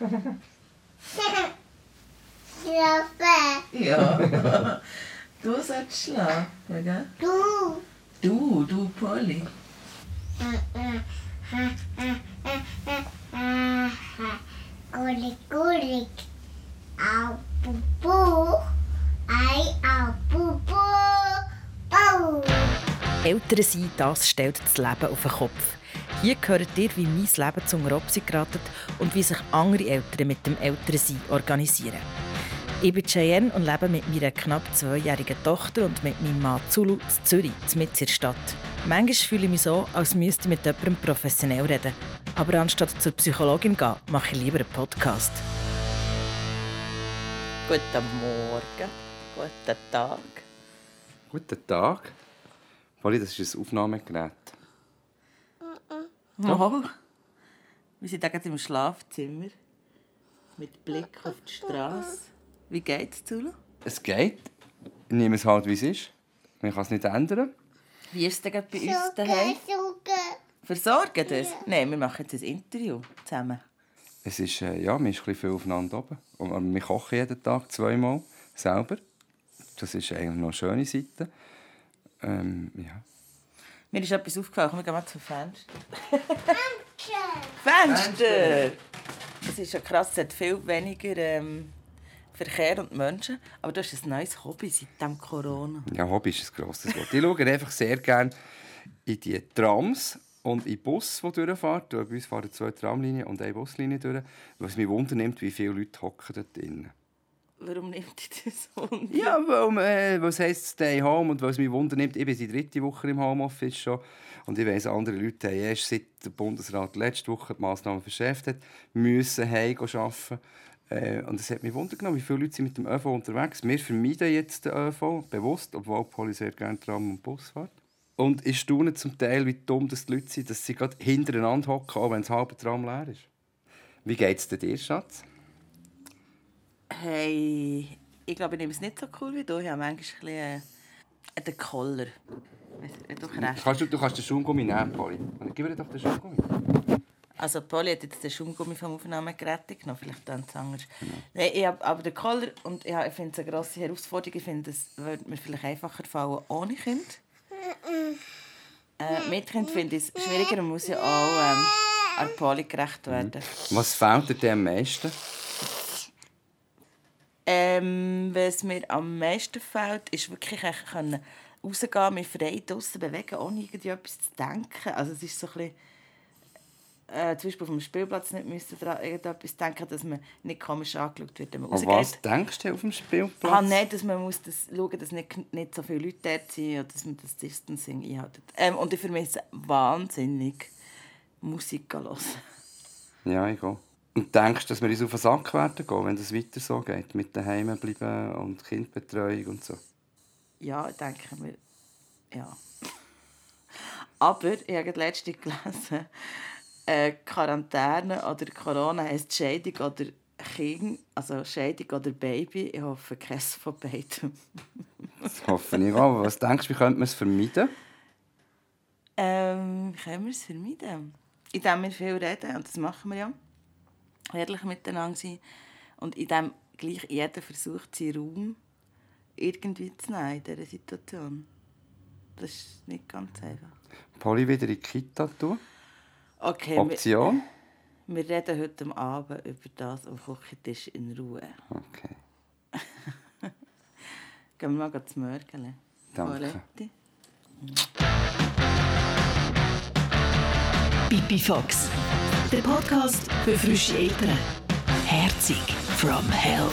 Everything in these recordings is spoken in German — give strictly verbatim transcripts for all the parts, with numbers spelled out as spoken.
Schlafen. Ja. Du sollst schlafen, gell? Du. Du, du Polly. Gulik, gulik. Au, pupu. Ei, au, pupu. Bau. Eltern sein, das stellt das Leben auf den Kopf. Hier hört ihr, wie mein Leben zum Robsi geraten und wie sich andere Eltern mit dem Elternsein organisieren. Ich bin Cheyenne und lebe mit meiner knapp zweijährigen Tochter und mit meinem Mann Zulu in Zürich, mitten in der Stadt. Manchmal fühle ich mich so, als müsste ich mit jemandem professionell reden. Aber anstatt zur Psychologin zu gehen, mache ich lieber einen Podcast. Guten Morgen, guten Tag. Guten Tag. Polly, das ist ein Aufnahmegerät. Oh. Wir sind gerade im Schlafzimmer. Mit Blick auf die Straße. Wie geht's, Zulu? Es geht. Ich nehme es halt, wie es ist. Man kann es nicht ändern. Wie ist es denn bei uns daheim? Suche. Versorgen das? Nein, wir machen jetzt ein Interview zusammen. Es ist, äh, ja, man ist ein bisschen viel aufeinander oben. Und wir kochen jeden Tag zweimal selber. Das ist eigentlich noch eine schöne Seite. Ähm, ja. Mir ist etwas aufgefallen. Komm, wir gehen mal zum Fenster. Fenster. Fenster! Das ist ja krass, es hat viel weniger ähm, Verkehr und Menschen. Aber du hast ein neues Hobby seit dem Corona. Ja, Hobby ist ein grosses Wort. Ich schaue einfach sehr gerne in die Trams und in Bus, die durchfahren. Bei uns fahren zwei Tramlinien und eine Buslinie durch. Was mich wundernimmt, wie viele Leute hocken dort drin. Warum nimmt dich das Wunder? Ja, weil, äh, was heisst Stay Home und was mich wundernimmt, ich bin die dritte Woche im Homeoffice schon und ich weiss, andere Leute haben erst seit der Bundesrat letzte Woche die Massnahmen verschärft hat, müssen heim arbeiten. Äh, und es hat mich wundern, wie viele Leute sind mit dem ÖV unterwegs. Wir vermeiden jetzt den ÖV bewusst, obwohl die Polizei sehr gerne Tram und Bus fährt. Und ich staune zum Teil, wie dumm das die Leute sind, dass sie gerade hintereinander hocken, auch wenn das halbe Tram leer ist. Wie geht es dir, Schatz? Hey, ich glaube, ich nehme es nicht so cool wie du. Ich habe manchmal ein bisschen äh, den Koller. Wenn du kannst. Kannst du, du kannst den Schaumgummi nehmen, Polly. Gib mir doch den Schaumgummi. Also Polly hat jetzt den Schaumgummi vom Aufnahmegerät genommen. Vielleicht dann es anders. Genau. Nein, ich habe aber den Koller und ja, ich finde es eine grosse Herausforderung. Ich finde, es würde mir vielleicht einfacher fallen ohne Kind. Äh, mit Kind finde ich es schwieriger und muss ja auch ähm, an Polly gerecht werden. Was fehlt dir am meisten? Ähm, was mir am meisten fehlt, ist wirklich können rausgehen, mich frei draussen bewegen, ohne irgendetwas zu denken. Also es ist so ein bisschen, äh, zum Beispiel auf dem Spielplatz nicht müssen daran irgendetwas denken, dass man nicht komisch angeschaut wird, wenn man rausgeht. Was denkst du auf dem Spielplatz? Ah, nicht, dass man muss das schauen, dass nicht, nicht so viele Leute dort sind oder dass man das Distancing einhält. Ähm, und ich vermisse wahnsinnig Musik hören. Ja, ich gehe. Und denkst du, dass wir uns auf den Sack werden gehen, wenn es weiter so geht, mit daheim bleiben und Kindbetreuung und so? Ja, ich denke mir, ja. Aber ich habe letztens gelesen, äh, Quarantäne oder Corona heisst Scheidung oder Kind, also Scheidung oder Baby. Ich hoffe, keines von beidem. Das hoffe ich auch. Was denkst du, wie könnte man es vermeiden? Ähm, wie können wir es vermeiden? Indem wir viel reden, und das machen wir ja. Ehrlich miteinander sein. Und indem gleich jeder versucht, seinen Raum irgendwie zu nehmen in dieser Situation. Das ist nicht ganz einfach. Polly wieder in die Kita tun? Okay, Option? Wir, wir reden heute Abend über das am Küchentisch in Ruhe. Okay. Gehen wir mal zum Mörgele. Danke. Pipi Fox, der Podcast für frische Eltern. Herzig from hell.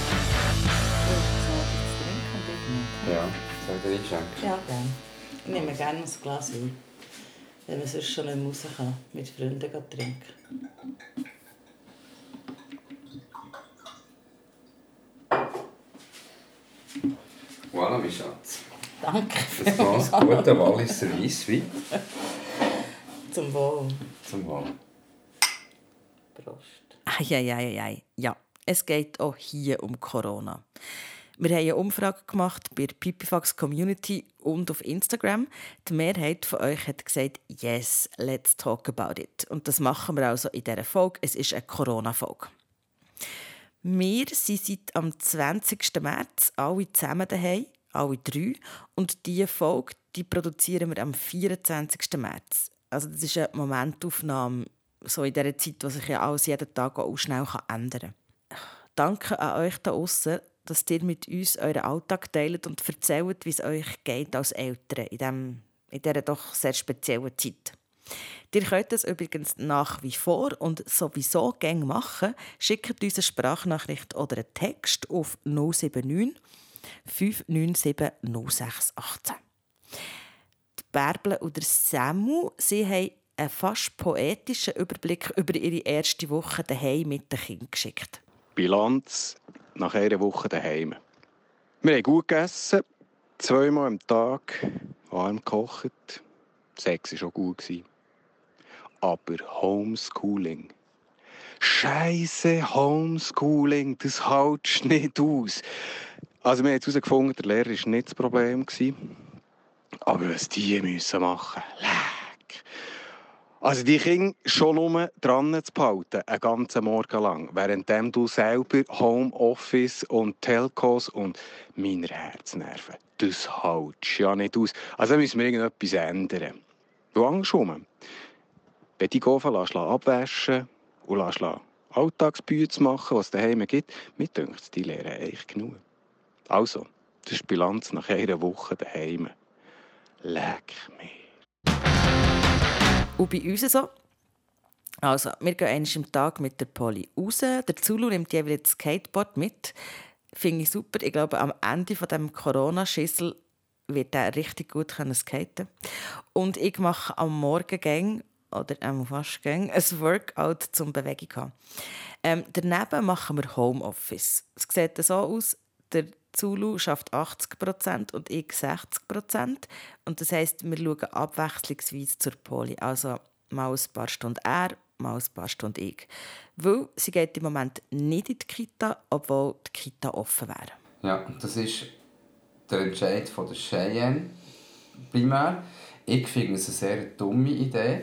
Ja, soll ich dir einschenken? Ja, gerne. Ich nehme gerne ein Glas Wein, wenn man sonst schon nicht raus kann, mit Freunden trinken. Voilà, mein Schatz. Danke. Das war ein guter Walliser Weisswein. Zum Wohl. Zum Wohl. Prost. Eieieiei. Ja, es geht auch hier um Corona. Wir haben eine Umfrage gemacht bei der Pipifax Community und auf Instagram. Die Mehrheit von euch hat gesagt, yes, let's talk about it. Und das machen wir also in dieser Folge. Es ist eine Corona-Folge. Wir sind seit am zwanzigsten März alle zusammen daheim, alle drei. Und diese Folge die produzieren wir am vierundzwanzigsten März. Also das ist eine Momentaufnahme so in dieser Zeit, die sich ja alles jeden Tag auch schnell ändern kann. Danke an euch da draussen, dass ihr mit uns euren Alltag teilt und erzählt, wie es euch geht als Eltern in, dem, in dieser doch sehr speziellen Zeit. Ihr könnt das übrigens nach wie vor und sowieso gerne machen. Schickt uns eine Sprachnachricht oder einen Text auf null sieben neun, fünf neun sieben, null sechs eins acht. Die Bärbel und der Samu, sie haben einen fast poetischen Überblick über ihre erste Woche daheim mit den Kindern geschickt. Bilanz nach einer Woche daheim. Wir haben gut gegessen, zweimal am Tag, warm gekocht. Sex war auch gut. Aber Homeschooling. Scheisse Homeschooling, das hältst du nicht aus. Also wir haben herausgefunden, der Lehrer war nicht das Problem. Aber was die müssen machen, leck. Also die Kinder schon nur dran zu behalten, einen ganzen Morgen lang, währenddem du selber Homeoffice und Telcos und meine Herznerven, das hältst ja nicht aus. Also da müssen wir irgendetwas ändern. Du Angst um. Wenn die Gofen abwaschen und Alltagsbüte machen, was es daheim gibt, mir dünkt, die lernen eigentlich genug. Also, das ist die Bilanz nach einer Woche daheim. Leck mich. Und bei uns so. Also, wir gehen einmal am Tag mit der Polly raus. Der Zulu nimmt jeweils das Skateboard mit. Finde ich super. Ich glaube, am Ende von diesem Corona-Schissel wird er richtig gut skaten. Und ich mache am Morgen gang, oder ähm, fast gang, ein Workout zum Bewegung haben. Ähm, daneben machen wir Homeoffice. Es sieht so aus, der Zulu schafft achtzig Prozent und ich sechzig Prozent. Und das heisst, wir schauen abwechslungsweise zur Polly. Also mal ein paar Stunden er, mal ein paar Stunden ich. Weil sie geht im Moment nicht in die Kita, obwohl die Kita offen wäre. Ja, das ist der Entscheid von der Cheyenne primär. Ich finde es eine sehr dumme Idee,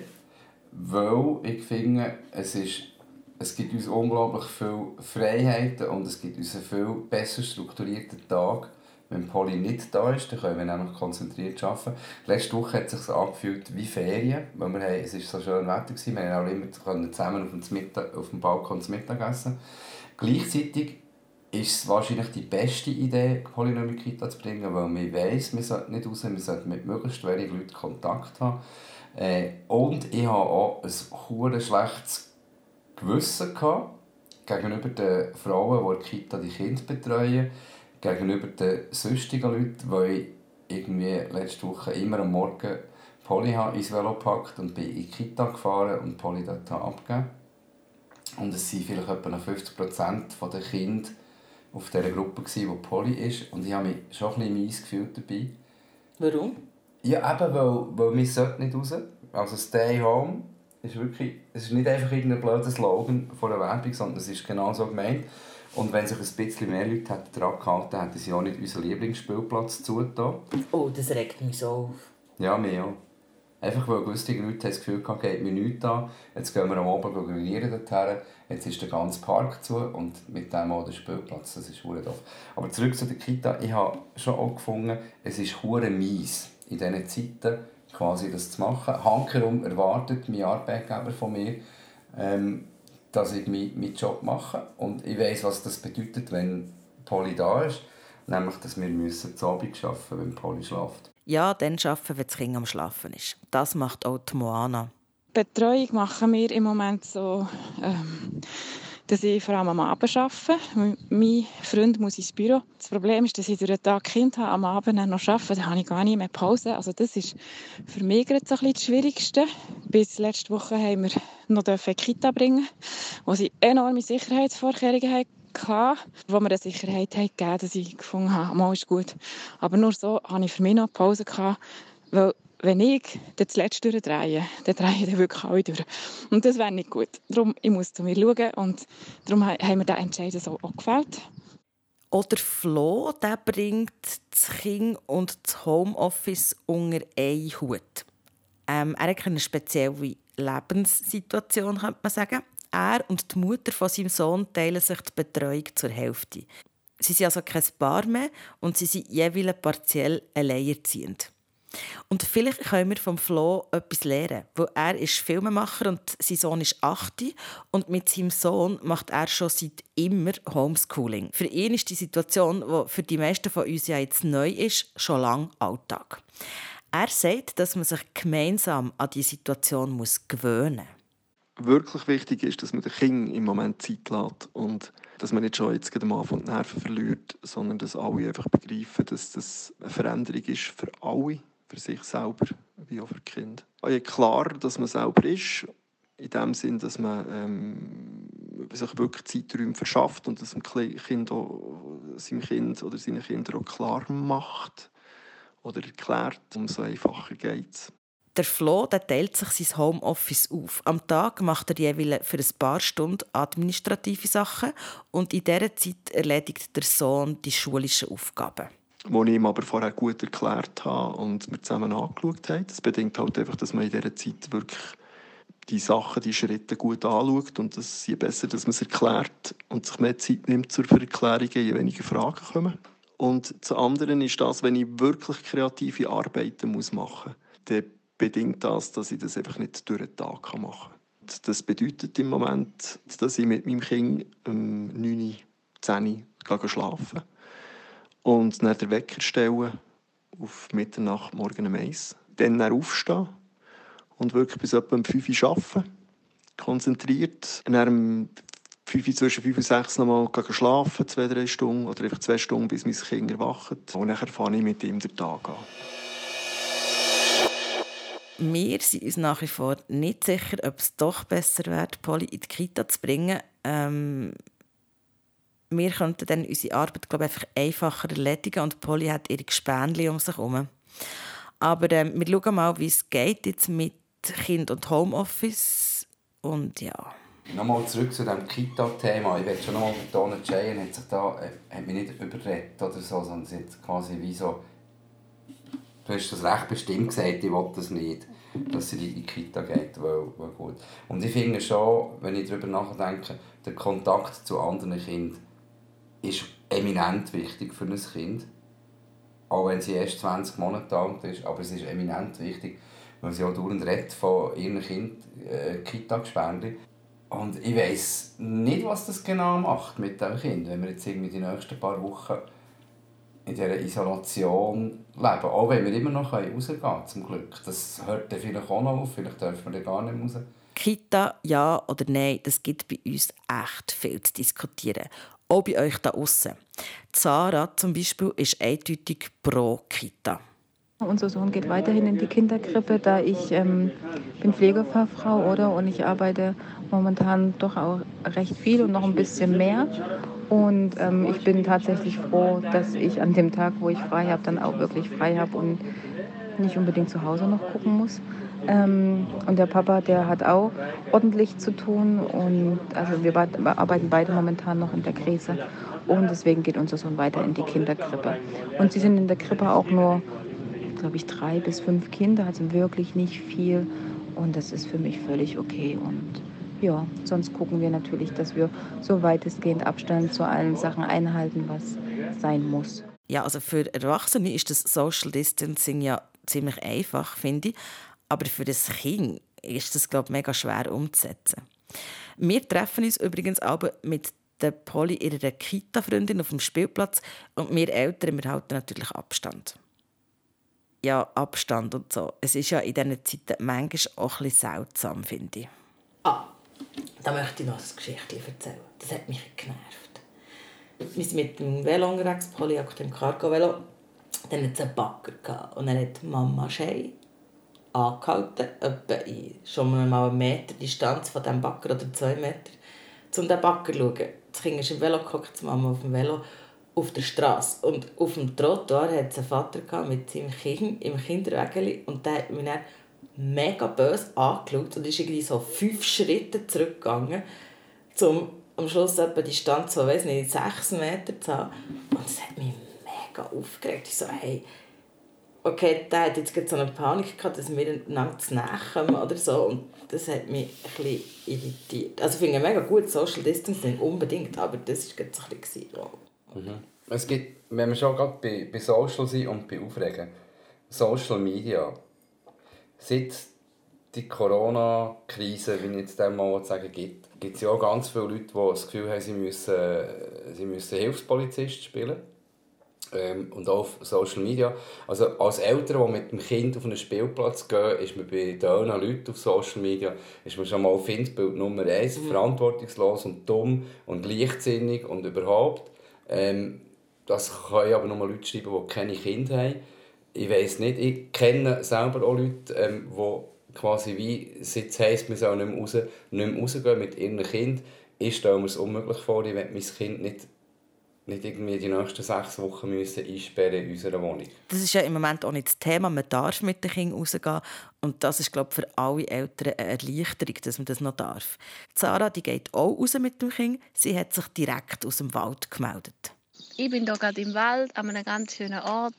weil ich finde, es, ist, es gibt uns unglaublich viele Freiheiten und es gibt uns einen viel besser strukturierten Tag. Wenn Polly nicht da ist, dann können wir nämlich konzentriert arbeiten. Letzte Woche hat es sich angefühlt wie Ferien, weil wir haben, es war so schön Wetter, wir haben auch immer zusammen auf dem, Mittag, auf dem Balkon zu Mittag essen. Gleichzeitig ist es wahrscheinlich die beste Idee, Polly in die Kita zu bringen, weil man weiss, wir sollten nicht raus, wir sollten mit möglichst wenigen Leuten Kontakt haben. Äh, und ich hatte auch ein sehr schlechtes Gewissen gehabt, gegenüber den Frauen, die die Kita die Kinder betreuen, gegenüber den sonstigen Leuten, weil ich irgendwie letzte Woche immer am Morgen Polly ins Velo gepackt und bin in die Kita gefahren und Polly dort abgegeben. Und es waren vielleicht etwa fünfzig Prozent der Kinder auf dieser Gruppe, wo Polly ist. Und ich habe mich schon ein bisschen mies gefühlt dabei. Warum? Ja, eben, weil, weil wir sollten nicht raus. Also «Stay home» ist wirklich, es ist nicht einfach irgendein blöder Slogan von der Werbung, sondern es ist genau so gemeint. Und wenn sich ein bisschen mehr Leute daran gehalten hätten, hätten sie auch nicht unseren Lieblingsspielplatz zugetan. Oh, das regt mich so auf. Ja, mir auch. Einfach weil gewisse Leute das Gefühl hatten, geht mir nichts an. Jetzt gehen wir am Abend grillieren dorthin. Jetzt ist der ganze Park zu und mit dem auch der Spielplatz. Das ist verdammt doof. Aber zurück zu der Kita. Ich habe schon auch gefunden, es ist verdammt mies, in diesen Zeiten quasi das zu machen. Handkehrum erwartet mein Arbeitgeber von mir, ähm, dass ich meinen Job mache. Und ich weiss, was das bedeutet, wenn Polly da ist. Nämlich, dass wir müssen zu Abend arbeiten müssen, wenn Polly schläft. Ja, dann arbeiten, wenn das Kind am Schlafen ist. Das macht auch die Moana. Betreuung machen wir im Moment so, ähm, dass ich vor allem am Abend arbeite. Mein Freund muss ins Büro. Das Problem ist, dass ich durch den Tag Kind habe, am Abend noch arbeite, dann habe ich gar nicht mehr Pause. Also das ist für mich gerade so ein bisschen das Schwierigste. Bis letzte Woche haben wir noch in die Kita bringen, wo sie enorme Sicherheitsvorkehrungen hatten. Wo mir eine Sicherheit gegeben hat, dass ich gefunden habe, mal ist gut. Aber nur so hatte ich für mich noch Pause gehabt, weil wenn ich das letzte durchdrehe, dann drehe ich dann wirklich alle durch. Und das wäre nicht gut. Darum ich muss zu mir schauen und darum haben wir diesen Entscheid so auch gefällt. Oder Flo, der bringt das Kind und das Homeoffice unter einen Hut. Ähm, er hat eine spezielle Lebenssituation, könnte man sagen. Er und die Mutter von seinem Sohn teilen sich die Betreuung zur Hälfte. Sie sind also kein Paar mehr und sie sind jeweils partiell alleinerziehend. Und vielleicht können wir vom Flo etwas lernen, weil er ist Filmemacher und sein Sohn ist acht und mit seinem Sohn macht er schon seit immer Homeschooling. Für ihn ist die Situation, die für die meisten von uns ja jetzt neu ist, schon lange Alltag. Er sagt, dass man sich gemeinsam an diese Situation muss gewöhnen muss. Wirklich wichtig ist, dass man den Kindern im Moment Zeit lässt und dass man nicht schon jetzt am Anfang die Nerven verliert, sondern dass alle einfach begreifen, dass das eine Veränderung ist für alle. Für sich selber, wie auch für die Kinder. Je klarer, dass man selber ist, in dem Sinn, dass man ähm, sich wirklich Zeiträume verschafft und das dem Kind auch, seinem Kind oder seinen Kindern auch klar macht oder erklärt, umso einfacher geht es. Der Flo der teilt sich sein Homeoffice auf. Am Tag macht er jeweils für ein paar Stunden administrative Sachen und in dieser Zeit erledigt der Sohn die schulischen Aufgaben. Die ich ihm aber vorher gut erklärt habe und wir zusammen angeschaut haben. Das bedingt halt einfach, dass man in dieser Zeit wirklich die Sachen, die Schritte gut anschaut und das ist je besser, dass man es erklärt und sich mehr Zeit nimmt zur Erklärung, je weniger Fragen kommen. Und zum anderen ist das, wenn ich wirklich kreative Arbeiten machen muss, dann bedingt das, dass ich das einfach nicht durch den Tag machen kann. Das bedeutet im Moment, dass ich mit meinem Kind um neun, zehn Uhr schlafen gehe. Und dann den Wecker stellen auf Mitternacht, morgen um eins. Dann aufstehen und wirklich bis etwa um fünf Uhr arbeiten. Konzentriert. Und dann um fünf, zwischen fünf und sechs noch mal schlafen, zwei, drei Stunden. Oder einfach zwei Stunden, bis mein Kind erwacht. Und dann fange ich mit ihm den Tag an. Wir sind uns nach wie vor nicht sicher, ob es doch besser wäre, Polly in die Kita zu bringen. Ähm Wir könnten dann unsere Arbeit, glaube ich, einfach einfacher erledigen und Polly hat ihre Gespänli um sich herum. Aber äh, wir schauen mal, wie es geht jetzt mit Kind und Homeoffice. Und ja. Nochmal zurück zu diesem Kita-Thema. Ich will schon nochmal betonen, Cheyenne hat sich da äh, hat mich nicht überredet oder so, sondern sie hat quasi wie so... Du hast das recht bestimmt gesagt, ich will das nicht, dass sie in die Kita geht, weil, weil gut. Und ich finde schon, wenn ich darüber nachdenke, der Kontakt zu anderen Kindern ist eminent wichtig für ein Kind. Auch wenn sie erst zwanzig Monate alt ist, aber es ist eminent wichtig, weil sie auch dauernd redet von ihren Kind, äh, Kita-Gespendli. Und ich weiss nicht, was das genau macht mit dem Kind, wenn wir jetzt irgendwie die nächsten paar Wochen in dieser Isolation leben. Auch wenn wir immer noch rausgehen können, zum Glück. Das hört dann vielleicht auch noch auf, vielleicht dürfen wir dann gar nicht raus. Kita, ja oder nein, das gibt bei uns echt viel zu diskutieren. Auch bei euch da aussen. Sarah zum Beispiel ist eindeutig pro Kita. Unser Sohn geht weiterhin in die Kinderkrippe, da ich ähm, bin Pflegefachfrau oder und ich arbeite momentan doch auch recht viel und noch ein bisschen mehr. Und ähm, ich bin tatsächlich froh, dass ich an dem Tag, wo ich frei habe, dann auch wirklich frei habe und nicht unbedingt zu Hause noch gucken muss. Ähm, und der Papa, der hat auch ordentlich zu tun. Und also wir arbeiten beide momentan noch in der Krise. Und deswegen geht unser Sohn weiter in die Kinderkrippe. Und sie sind in der Krippe auch nur, glaube ich, drei bis fünf Kinder, also wirklich nicht viel. Und das ist für mich völlig okay. Und ja, sonst gucken wir natürlich, dass wir so weitestgehend Abstand zu allen Sachen einhalten, was sein muss. Ja, also für Erwachsene ist das Social Distancing ja ziemlich einfach, finde ich. Aber für das Kind ist das, glaube ich, mega schwer umzusetzen. Wir treffen uns übrigens aber mit der Polly, ihrer Kita-Freundin, auf dem Spielplatz. Und wir Eltern, wir halten natürlich Abstand. Ja, Abstand und so. Es ist ja in diesen Zeiten manchmal auch ein bisschen seltsam, finde ich. Ah, da möchte ich noch eine Geschichte erzählen. Das hat mich genervt. Wir sind mit dem Velo unterwegs, Polly auf dem Cargo-Velo. Dann hatte es einen Bagger. Und dann hat Mama Schei angehalten, etwa in schon mal einen Meter Distanz von diesem Bagger oder zwei Meter, um den Bagger zu schauen. Das Kind ist im Velo gehockt, die Mama auf dem Velo auf der Straße. Und auf dem Trottoir hatte es einen Vater mit seinem Kind im Kinderwägeli und der hat mich dann mega böse angeschaut und ist irgendwie so fünf Schritte zurückgegangen, um am Schluss etwa die Distanz von, weiss nicht, sechs Meter zu haben. Und das hat mich mega aufgeregt. Ich so, hey, okay, der hat jetzt gerade so eine Panik gehabt, dass wir einander zu nahe kommen oder so. Und das hat mich ein bisschen irritiert. Also ich finde mega gut, Social Distancing unbedingt, aber das war gerade so ein bisschen... Oh. Mhm. Es gibt, wenn wir schon gerade bei, bei Social sind und bei Aufregen, Social Media, seit die Corona-Krise, wie ich jetzt dem mal sagen gibt, gibt es ja auch ganz viele Leute, die das Gefühl haben, sie müssen, sie müssen Hilfspolizist spielen. Ähm, und auch auf Social Media. Also als Eltern, die mit dem Kind auf einen Spielplatz gehen, ist man bei diesen Leuten auf Social Media ist man schon mal Feindbild Nummer eins, mhm. verantwortungslos und dumm und leichtsinnig und überhaupt. Ähm, das können aber nur Leute schreiben, die keine Kinder haben. Ich weiss nicht, ich kenne selber auch Leute, ähm, die quasi wie, seit es heisst, wir sollen nicht mehr, raus, nicht mehr rausgehen mit ihrem Kind. Ich stelle mir es unmöglich vor, ich will mein Kind nicht nicht irgendwie die nächsten sechs Wochen müssen einsperren in unserer Wohnung. Das ist ja im Moment auch nicht das Thema. Man darf mit den Kindern rausgehen. Und das ist, glaube ich, für alle Eltern eine Erleichterung, dass man das noch darf. Sarah, die geht auch raus mit dem Kind. Sie hat sich direkt aus dem Wald gemeldet. Ich bin hier gerade im Wald, an einem ganz schönen Ort,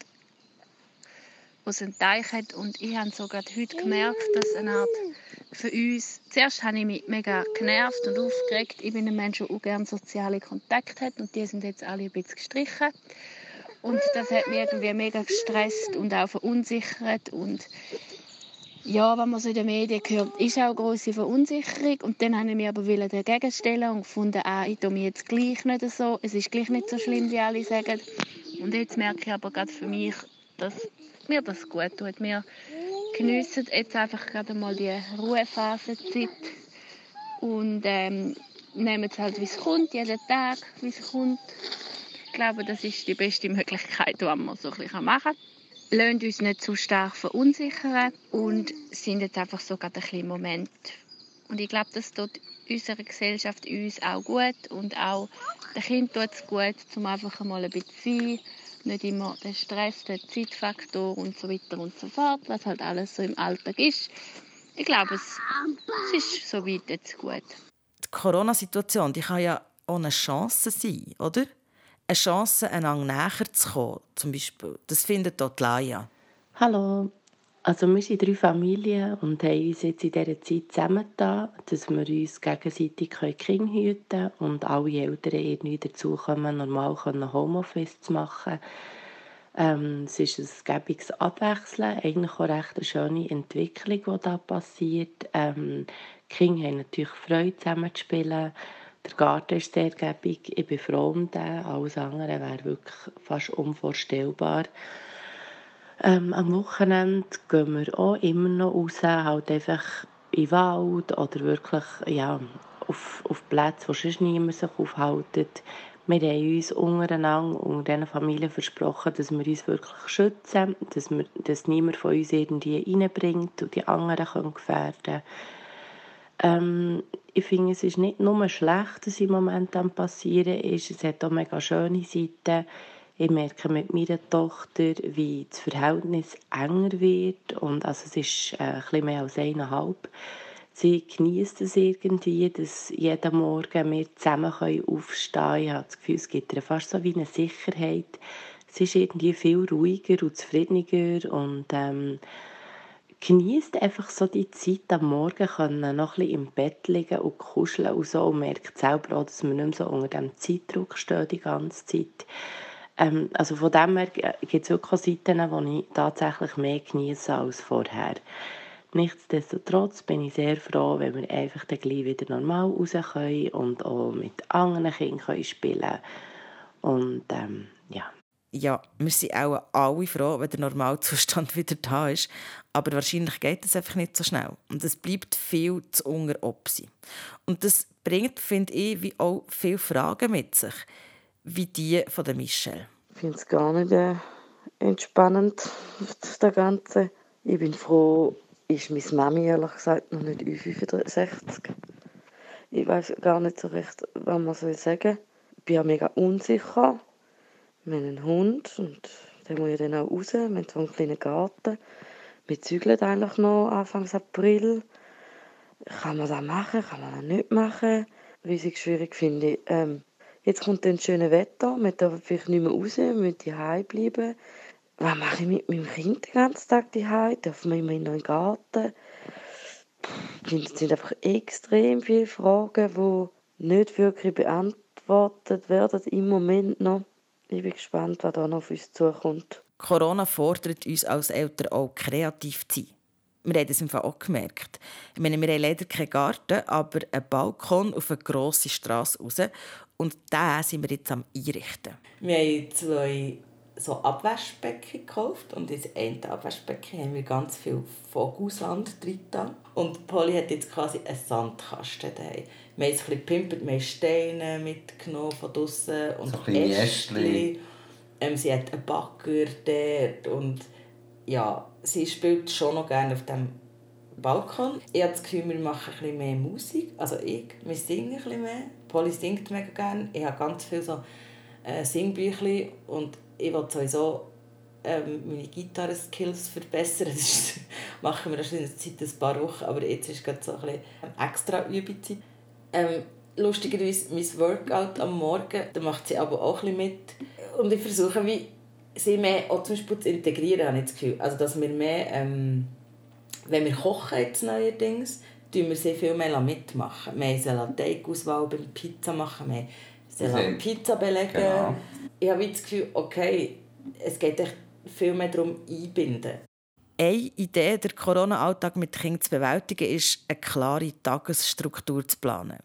wo es einen Teich hat. Und ich habe so gerade heute gemerkt, dass eine Art für uns... Zuerst habe ich mich mega genervt und aufgeregt. Ich bin ein Mensch, der auch gerne soziale Kontakte hat. Und die sind jetzt alle ein bisschen gestrichen. Und das hat mich irgendwie mega gestresst und auch verunsichert. Und ja, wenn man so in den Medien hört, ist auch eine grosse Verunsicherung. Und dann wollte ich mich aber dagegen stellen und gefunden, ah, ich tue mich jetzt gleich nicht so. Es ist gleich nicht so schlimm, wie alle sagen. Und jetzt merke ich aber gerade für mich, dass mir das gut tut. Wir geniessen jetzt einfach gerade mal die Ruhefasenzeit und ähm, nehmen es halt, wie es kommt, jeden Tag, wie es kommt. Ich glaube, das ist die beste Möglichkeit, die man so ein bisschen machen kann. Lassen uns nicht zu stark verunsichern und sind jetzt einfach so gerade ein bisschen im Moment. Und ich glaube, das tut unserer Gesellschaft uns auch gut und auch den Kindern tut es gut, um einfach mal ein bisschen zu sein. Nicht immer der Stress, der Zeitfaktor und so weiter und so fort, was halt alles so im Alltag ist. Ich glaube, es, es ist soweit jetzt gut. Die Corona-Situation, die kann ja auch eine Chance sein, oder? Eine Chance, einander näher zu kommen, zum Beispiel. Das findet dort Laia. Hallo. Also wir sind drei Familien und haben uns jetzt in dieser Zeit zusammengetan, dass wir uns gegenseitig die Kinder hüten können und alle Eltern irgendwie dazukommen, normal Homeoffice zu machen. Ähm, es ist ein gäbiges Abwechseln, eigentlich auch recht eine schöne Entwicklung, die da passiert. Ähm, die Kinder haben natürlich Freude, zusammen zu spielen. Der Garten ist sehr gäbig, ich bin froh um den. Alles andere wäre wirklich fast unvorstellbar. Ähm, am Wochenende gehen wir auch immer noch raus, halt einfach in den Wald oder wirklich ja, auf, auf Plätze, wo sonst niemand sich aufhält. Wir haben uns untereinander und diesen Familien versprochen, dass wir uns wirklich schützen, dass, wir, dass niemand von uns irgendwie reinbringt und die anderen können gefährden. Ähm, ich finde, es ist nicht nur schlecht, was im Moment am passieren ist, es hat auch mega schöne Seiten. Ich merke mit meiner Tochter, wie das Verhältnis enger wird. Und also es ist äh, ein bisschen mehr als eineinhalb. Sie genießt es irgendwie, dass jeden Morgen wir zusammen aufstehen können. Ich habe das Gefühl, es gibt ihr fast so wie eine Sicherheit. Sie ist irgendwie viel ruhiger und zufriedener und ähm, genießt einfach so die Zeit am Morgen, können noch ein bisschen im Bett liegen und kuscheln und so. Und merkt selber auch, dass wir nicht mehr so unter dem Zeitdruck stehen die ganze Zeit. Ähm, also von dem her gibt es wirklich Seiten, die ich tatsächlich mehr genieße als vorher. Nichtsdestotrotz bin ich sehr froh, wenn wir einfach dann gleich wieder normal raus können und auch mit anderen Kindern spielen können. Und ähm, ja. Ja, wir sind auch alle froh, wenn der Normalzustand wieder da ist. Aber wahrscheinlich geht es einfach nicht so schnell. Und es bleibt viel zu unter Opsi. Und das bringt, finde ich, wie auch viele Fragen mit sich. Wie die von der Michelle. Ich finde es gar nicht äh, entspannend, das Ganze. Ich bin froh, ist meine Mami ehrlich gesagt noch nicht über fünfundsechzig. Ich weiß gar nicht so recht, was man soll sagen. Ich bin ja mega unsicher. Wir haben einen Hund und der muss ja dann auch raus. Wir haben so einen kleinen Garten. Wir zügeln eigentlich noch Anfang April. Kann man das machen, kann man das nicht machen? Riesig schwierig finde ich. Ähm, Jetzt kommt dann das schöne Wetter, wir dürfen vielleicht nicht mehr raus, wir müssen daheim bleiben. Was mache ich mit meinem Kind den ganzen Tag zu Hause? Darf man immer in den Garten? Ich finde, es sind einfach extrem viele Fragen, die nicht wirklich beantwortet werden im Moment noch. Ich bin gespannt, was da noch auf uns zukommt. Corona fordert uns als Eltern auch, kreativ zu sein. Wir haben das im Fall auch gemerkt. Ich meine, wir haben leider keinen Garten, aber einen Balkon auf eine grosse Strasse raus. Und den sind wir jetzt am Einrichten. Wir haben zwei so Abwaschbecken gekauft. Und in das eine Abwaschbecken haben wir ganz viel Vogelsand drin. Und Polly hat jetzt quasi einen Sandkasten daheim. Wir haben es ein bisschen gepimpert, wir haben Steine mitgenommen von draussen und so Ästchen. Ähm, sie hat einen Bagger dort und ja, sie spielt schon noch gerne auf dem Balkon. Ich habe das Gefühl, wir machen ein bisschen mehr Musik, also ich, wir singen ein bisschen mehr. Polly singt mega gerne. Ich habe ganz viele so äh, Singbüchlein und ich will sowieso ähm, meine Gitarre-Skills verbessern. Das machen wir schon seit ein paar Wochen, aber jetzt ist gerade so ein bisschen extra Übungszeit. Ähm, lustigerweise mein Workout am Morgen, da macht sie aber auch ein bisschen mit. Und ich versuche, wie sie mehr auch zum Beispiel zu integrieren, habe ich das Gefühl. Also, dass wir mehr, ähm, wenn wir kochen jetzt neuerdings, tun wir sie viel mehr mitmachen. Wir haben Teigauswahl beim Pizza machen, wir haben Pizza belegen. Genau. Ich habe das Gefühl, okay, es geht echt viel mehr darum, einbinden. Eine Idee, den Corona-Alltag mit Kindern zu bewältigen, ist, eine klare Tagesstruktur zu planen.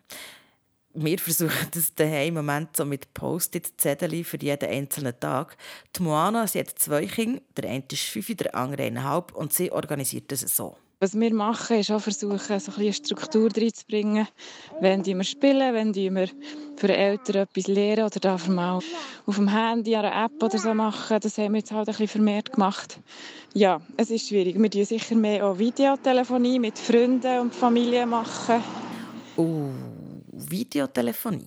Wir versuchen das daheim im Moment so mit Post-it-Zetteln für jeden einzelnen Tag. Die Moana, sie hat zwei Kinder, der eine ist fünf, der andere eineinhalb, und sie organisiert das so. Was wir machen, ist auch versuchen, so ein bisschen eine Struktur reinzubringen. Wenn wir spielen, wenn wir für die Eltern etwas lernen oder darf man mal auf dem Handy eine App oder so machen. Das haben wir jetzt halt ein bisschen vermehrt gemacht. Ja, es ist schwierig. Wir machen sicher mehr auch Videotelefonie mit Freunden und Familie machen. Uh, Videotelefonie.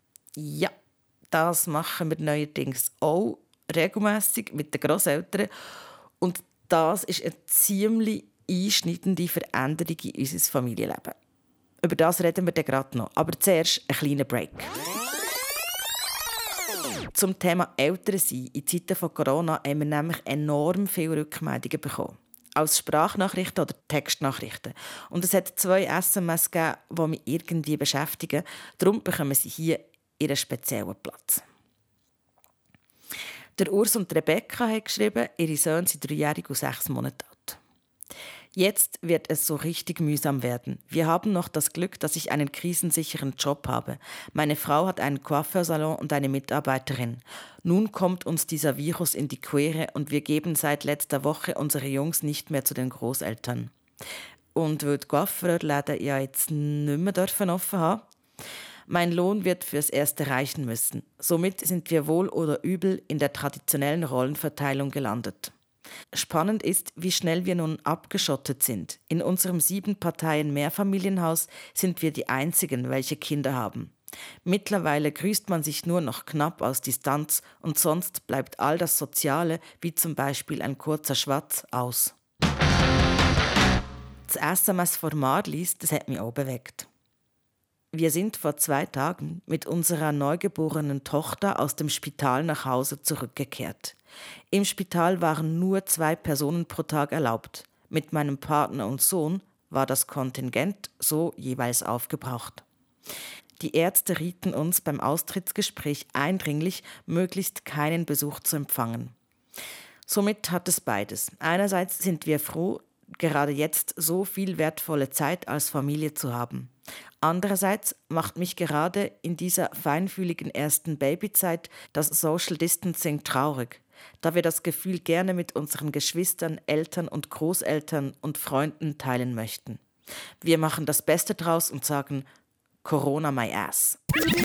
Ja, das machen wir neuerdings auch regelmässig mit den Grosseltern. Und das ist eine ziemlich einschneidende Veränderung in unser Familienleben. Über das reden wir dann gerade noch. Aber zuerst ein kleiner Break. Zum Thema Elternsein in Zeiten von Corona haben wir nämlich enorm viele Rückmeldungen bekommen. Als Sprachnachrichten oder Textnachrichten. Und es hat zwei S M S gegeben, die mich irgendwie beschäftigen. Darum bekommen sie hier ihren speziellen Platz. Der Urs und Rebecca haben geschrieben, ihre Söhne sind dreijährig und sechs Monate alt. Jetzt wird es so richtig mühsam werden. Wir haben noch das Glück, dass ich einen krisensicheren Job habe. Meine Frau hat einen Coiffeursalon und eine Mitarbeiterin. Nun kommt uns dieser Virus in die Quere und wir geben seit letzter Woche unsere Jungs nicht mehr zu den Großeltern. Und weil die Coiffeurläden ja jetzt nicht mehr dürfen offen haben, mein Lohn wird fürs Erste reichen müssen. Somit sind wir wohl oder übel in der traditionellen Rollenverteilung gelandet. Spannend ist, wie schnell wir nun abgeschottet sind. In unserem sieben Parteien Mehrfamilienhaus sind wir die Einzigen, welche Kinder haben. Mittlerweile grüßt man sich nur noch knapp aus Distanz und sonst bleibt all das Soziale, wie zum Beispiel ein kurzer Schwatz, aus. Das S M S von Marlies, das hat mich auch bewegt. Wir sind vor zwei Tagen mit unserer neugeborenen Tochter aus dem Spital nach Hause zurückgekehrt. Im Spital waren nur zwei Personen pro Tag erlaubt. Mit meinem Partner und Sohn war das Kontingent so jeweils aufgebraucht. Die Ärzte rieten uns beim Austrittsgespräch eindringlich, möglichst keinen Besuch zu empfangen. Somit hat es beides. Einerseits sind wir froh, gerade jetzt so viel wertvolle Zeit als Familie zu haben. Andererseits macht mich gerade in dieser feinfühligen ersten Babyzeit das Social Distancing traurig, da wir das Gefühl gerne mit unseren Geschwistern, Eltern und Großeltern und Freunden teilen möchten. Wir machen das Beste draus und sagen Corona my ass.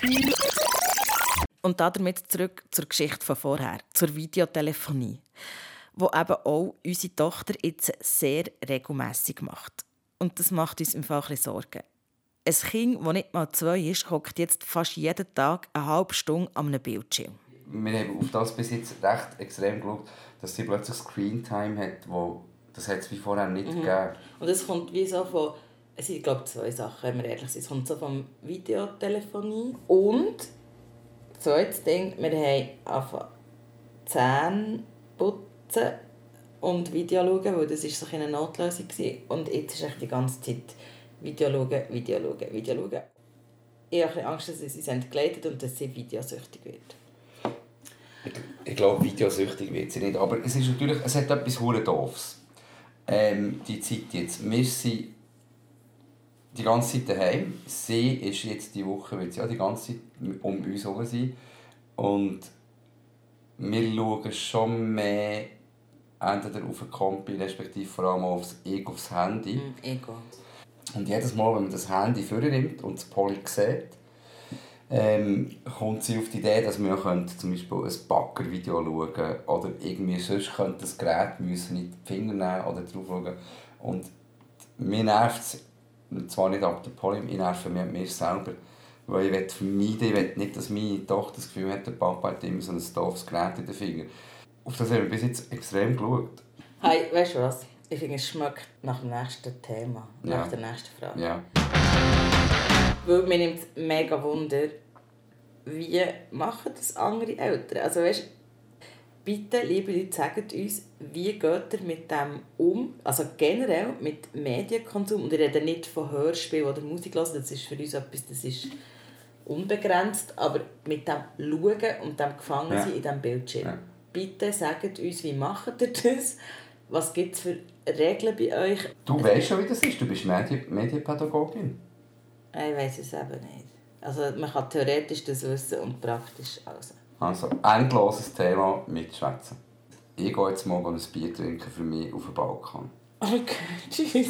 Und damit zurück zur Geschichte von vorher, zur Videotelefonie, wo eben auch unsere Tochter jetzt sehr regelmässig macht. Und das macht uns im Fall ein bisschen Sorgen. Ein Kind, das nicht mal zwei ist, hockt jetzt fast jeden Tag eine halbe Stunde an einem Bildschirm. Wir haben auf das bis jetzt recht extrem geschaut, dass sie plötzlich Screentime hat, wo das hat es wie vorher nicht mhm. gegeben. Und es kommt wie so von, es sind glaube ich zwei Sachen, wenn wir ehrlich sind. Es kommt so von Videotelefonie und zweites Ding, wir haben angefangen Zähne putzen schwätzen und Video schauen, weil das war so eine Notlösung gewesen. Und jetzt ist echt die ganze Zeit Video schauen, Video schauen, Video schauen. Ich habe ein bisschen Angst, dass sie entgleitet und dass sie videosüchtig wird. Ich, ich glaube, videosüchtig wird sie nicht, aber es ist natürlich, es hat etwas hure Doofes. Ähm, die Zeit jetzt, wir sind die ganze Zeit daheim. Sie ist jetzt die Woche, wird sie ja die ganze Zeit um uns herum sein. Und wir schauen schon mehr entweder auf den Kompi, respektive vor allem aufs Ego, aufs Handy. Mm, Ego. Und jedes Mal, wenn man das Handy vornimmt und das Polly sieht, ähm, kommt sie auf die Idee, dass wir könnte, zum Beispiel ein Backervideo schauen könnte oder irgendwie sonst könnte das Gerät müssen in die Finger nehmen oder drauf schauen. Und mir nervt es, zwar nicht ab der Polly, ich nerve mich mir selber, weil ich will vermeiden, ich will nicht, dass meine Tochter das Gefühl hat, der Papa hat immer so ein doofes Gerät in den Fingern. Auf das haben wir bis jetzt extrem geschaut. Hey, weißt du was? Ich finde, es schmeckt nach dem nächsten Thema, Ja. nach der nächsten Frage. Ja. Weil mir nimmt es mega Wunder, wie machen das andere Eltern? Also weißt, bitte, liebe Leute, sagt uns, wie geht ihr mit dem um? Also generell mit Medienkonsum. Und ich rede nicht von Hörspielen oder Musik hören, das ist für uns etwas, das ist unbegrenzt, aber mit dem Schauen und dem Gefangensein Ja. in diesem Bildschirm. Ja. Bitte sagt uns, wie macht ihr das? Was gibt es für Regeln bei euch? Du weißt schon, wie das ist. Du bist Medi- Medienpädagogin. Ich weiss es eben nicht. Also man kann theoretisch das wissen und praktisch also. Also, endloses Thema mit Schwätzen. Ich gehe jetzt mal ein Bier trinken für mich auf den Balkon. Okay, tschüss.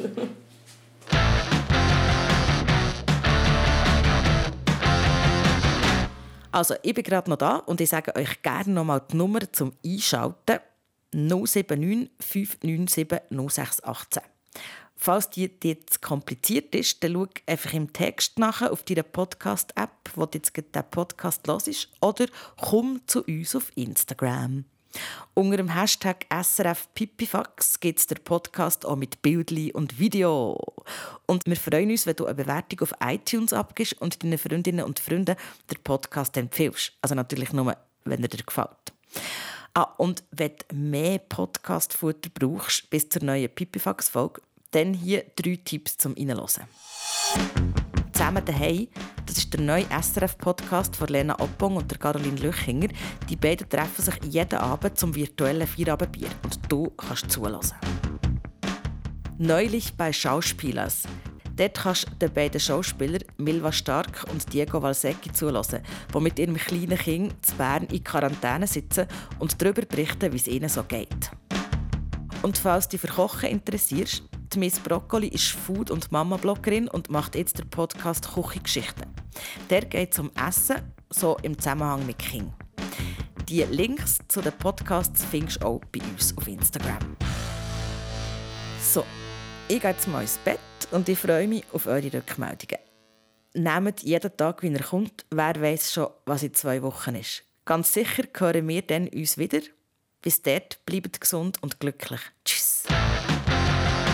Also, ich bin gerade noch da und ich sage euch gerne noch mal die Nummer zum Einschalten. null sieben neun fünf neun sieben null sechs eins acht. Falls die dir zu kompliziert ist, dann schau einfach im Text nach auf deiner Podcast-App, wo du jetzt den Podcast hörst, oder komm zu uns auf Instagram. Unter dem Hashtag S R F Pipifax gibt es den Podcast auch mit Bildchen und Video. Und wir freuen uns, wenn du eine Bewertung auf iTunes abgibst und deinen Freundinnen und Freunden den Podcast empfiehlst. Also natürlich nur, wenn er dir gefällt. Ah, und wenn du mehr Podcast-Futter brauchst bis zur neuen Pipifax-Folge, dann hier drei Tipps zum Reinhören. «Zusammen daheim», das ist der neue S R F-Podcast von Lena Oppong und der Caroline Lüchinger. Die beiden treffen sich jeden Abend zum virtuellen Feierabendbier und du kannst zuhören. «Neulich bei Schauspielers». Dort kannst du den beiden Schauspielern Milva Stark und Diego Valsecchi zuhören, die mit ihrem kleinen Kind in Bern in Quarantäne sitzen und darüber berichten, wie es ihnen so geht. Und falls dich für Kochen interessierst, die Miss Broccoli ist Food- und Mama-Bloggerin und macht jetzt den Podcast «Küchengeschichten». Der geht um Essen, so im Zusammenhang mit Kindern. Die Links zu den Podcasts findest du auch bei uns auf Instagram. So, ich gehe jetzt mal ins Bett und ich freue mich auf eure Rückmeldungen. Nehmt jeden Tag, wie er kommt. Wer weiss schon, was in zwei Wochen ist. Ganz sicher hören wir dann uns wieder. Bis dort, bleibt gesund und glücklich. Tschüss.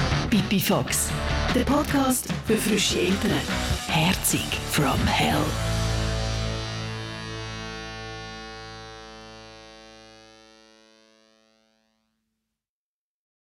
Pipifax, der Podcast für frische Eltern. Herzig from Hell.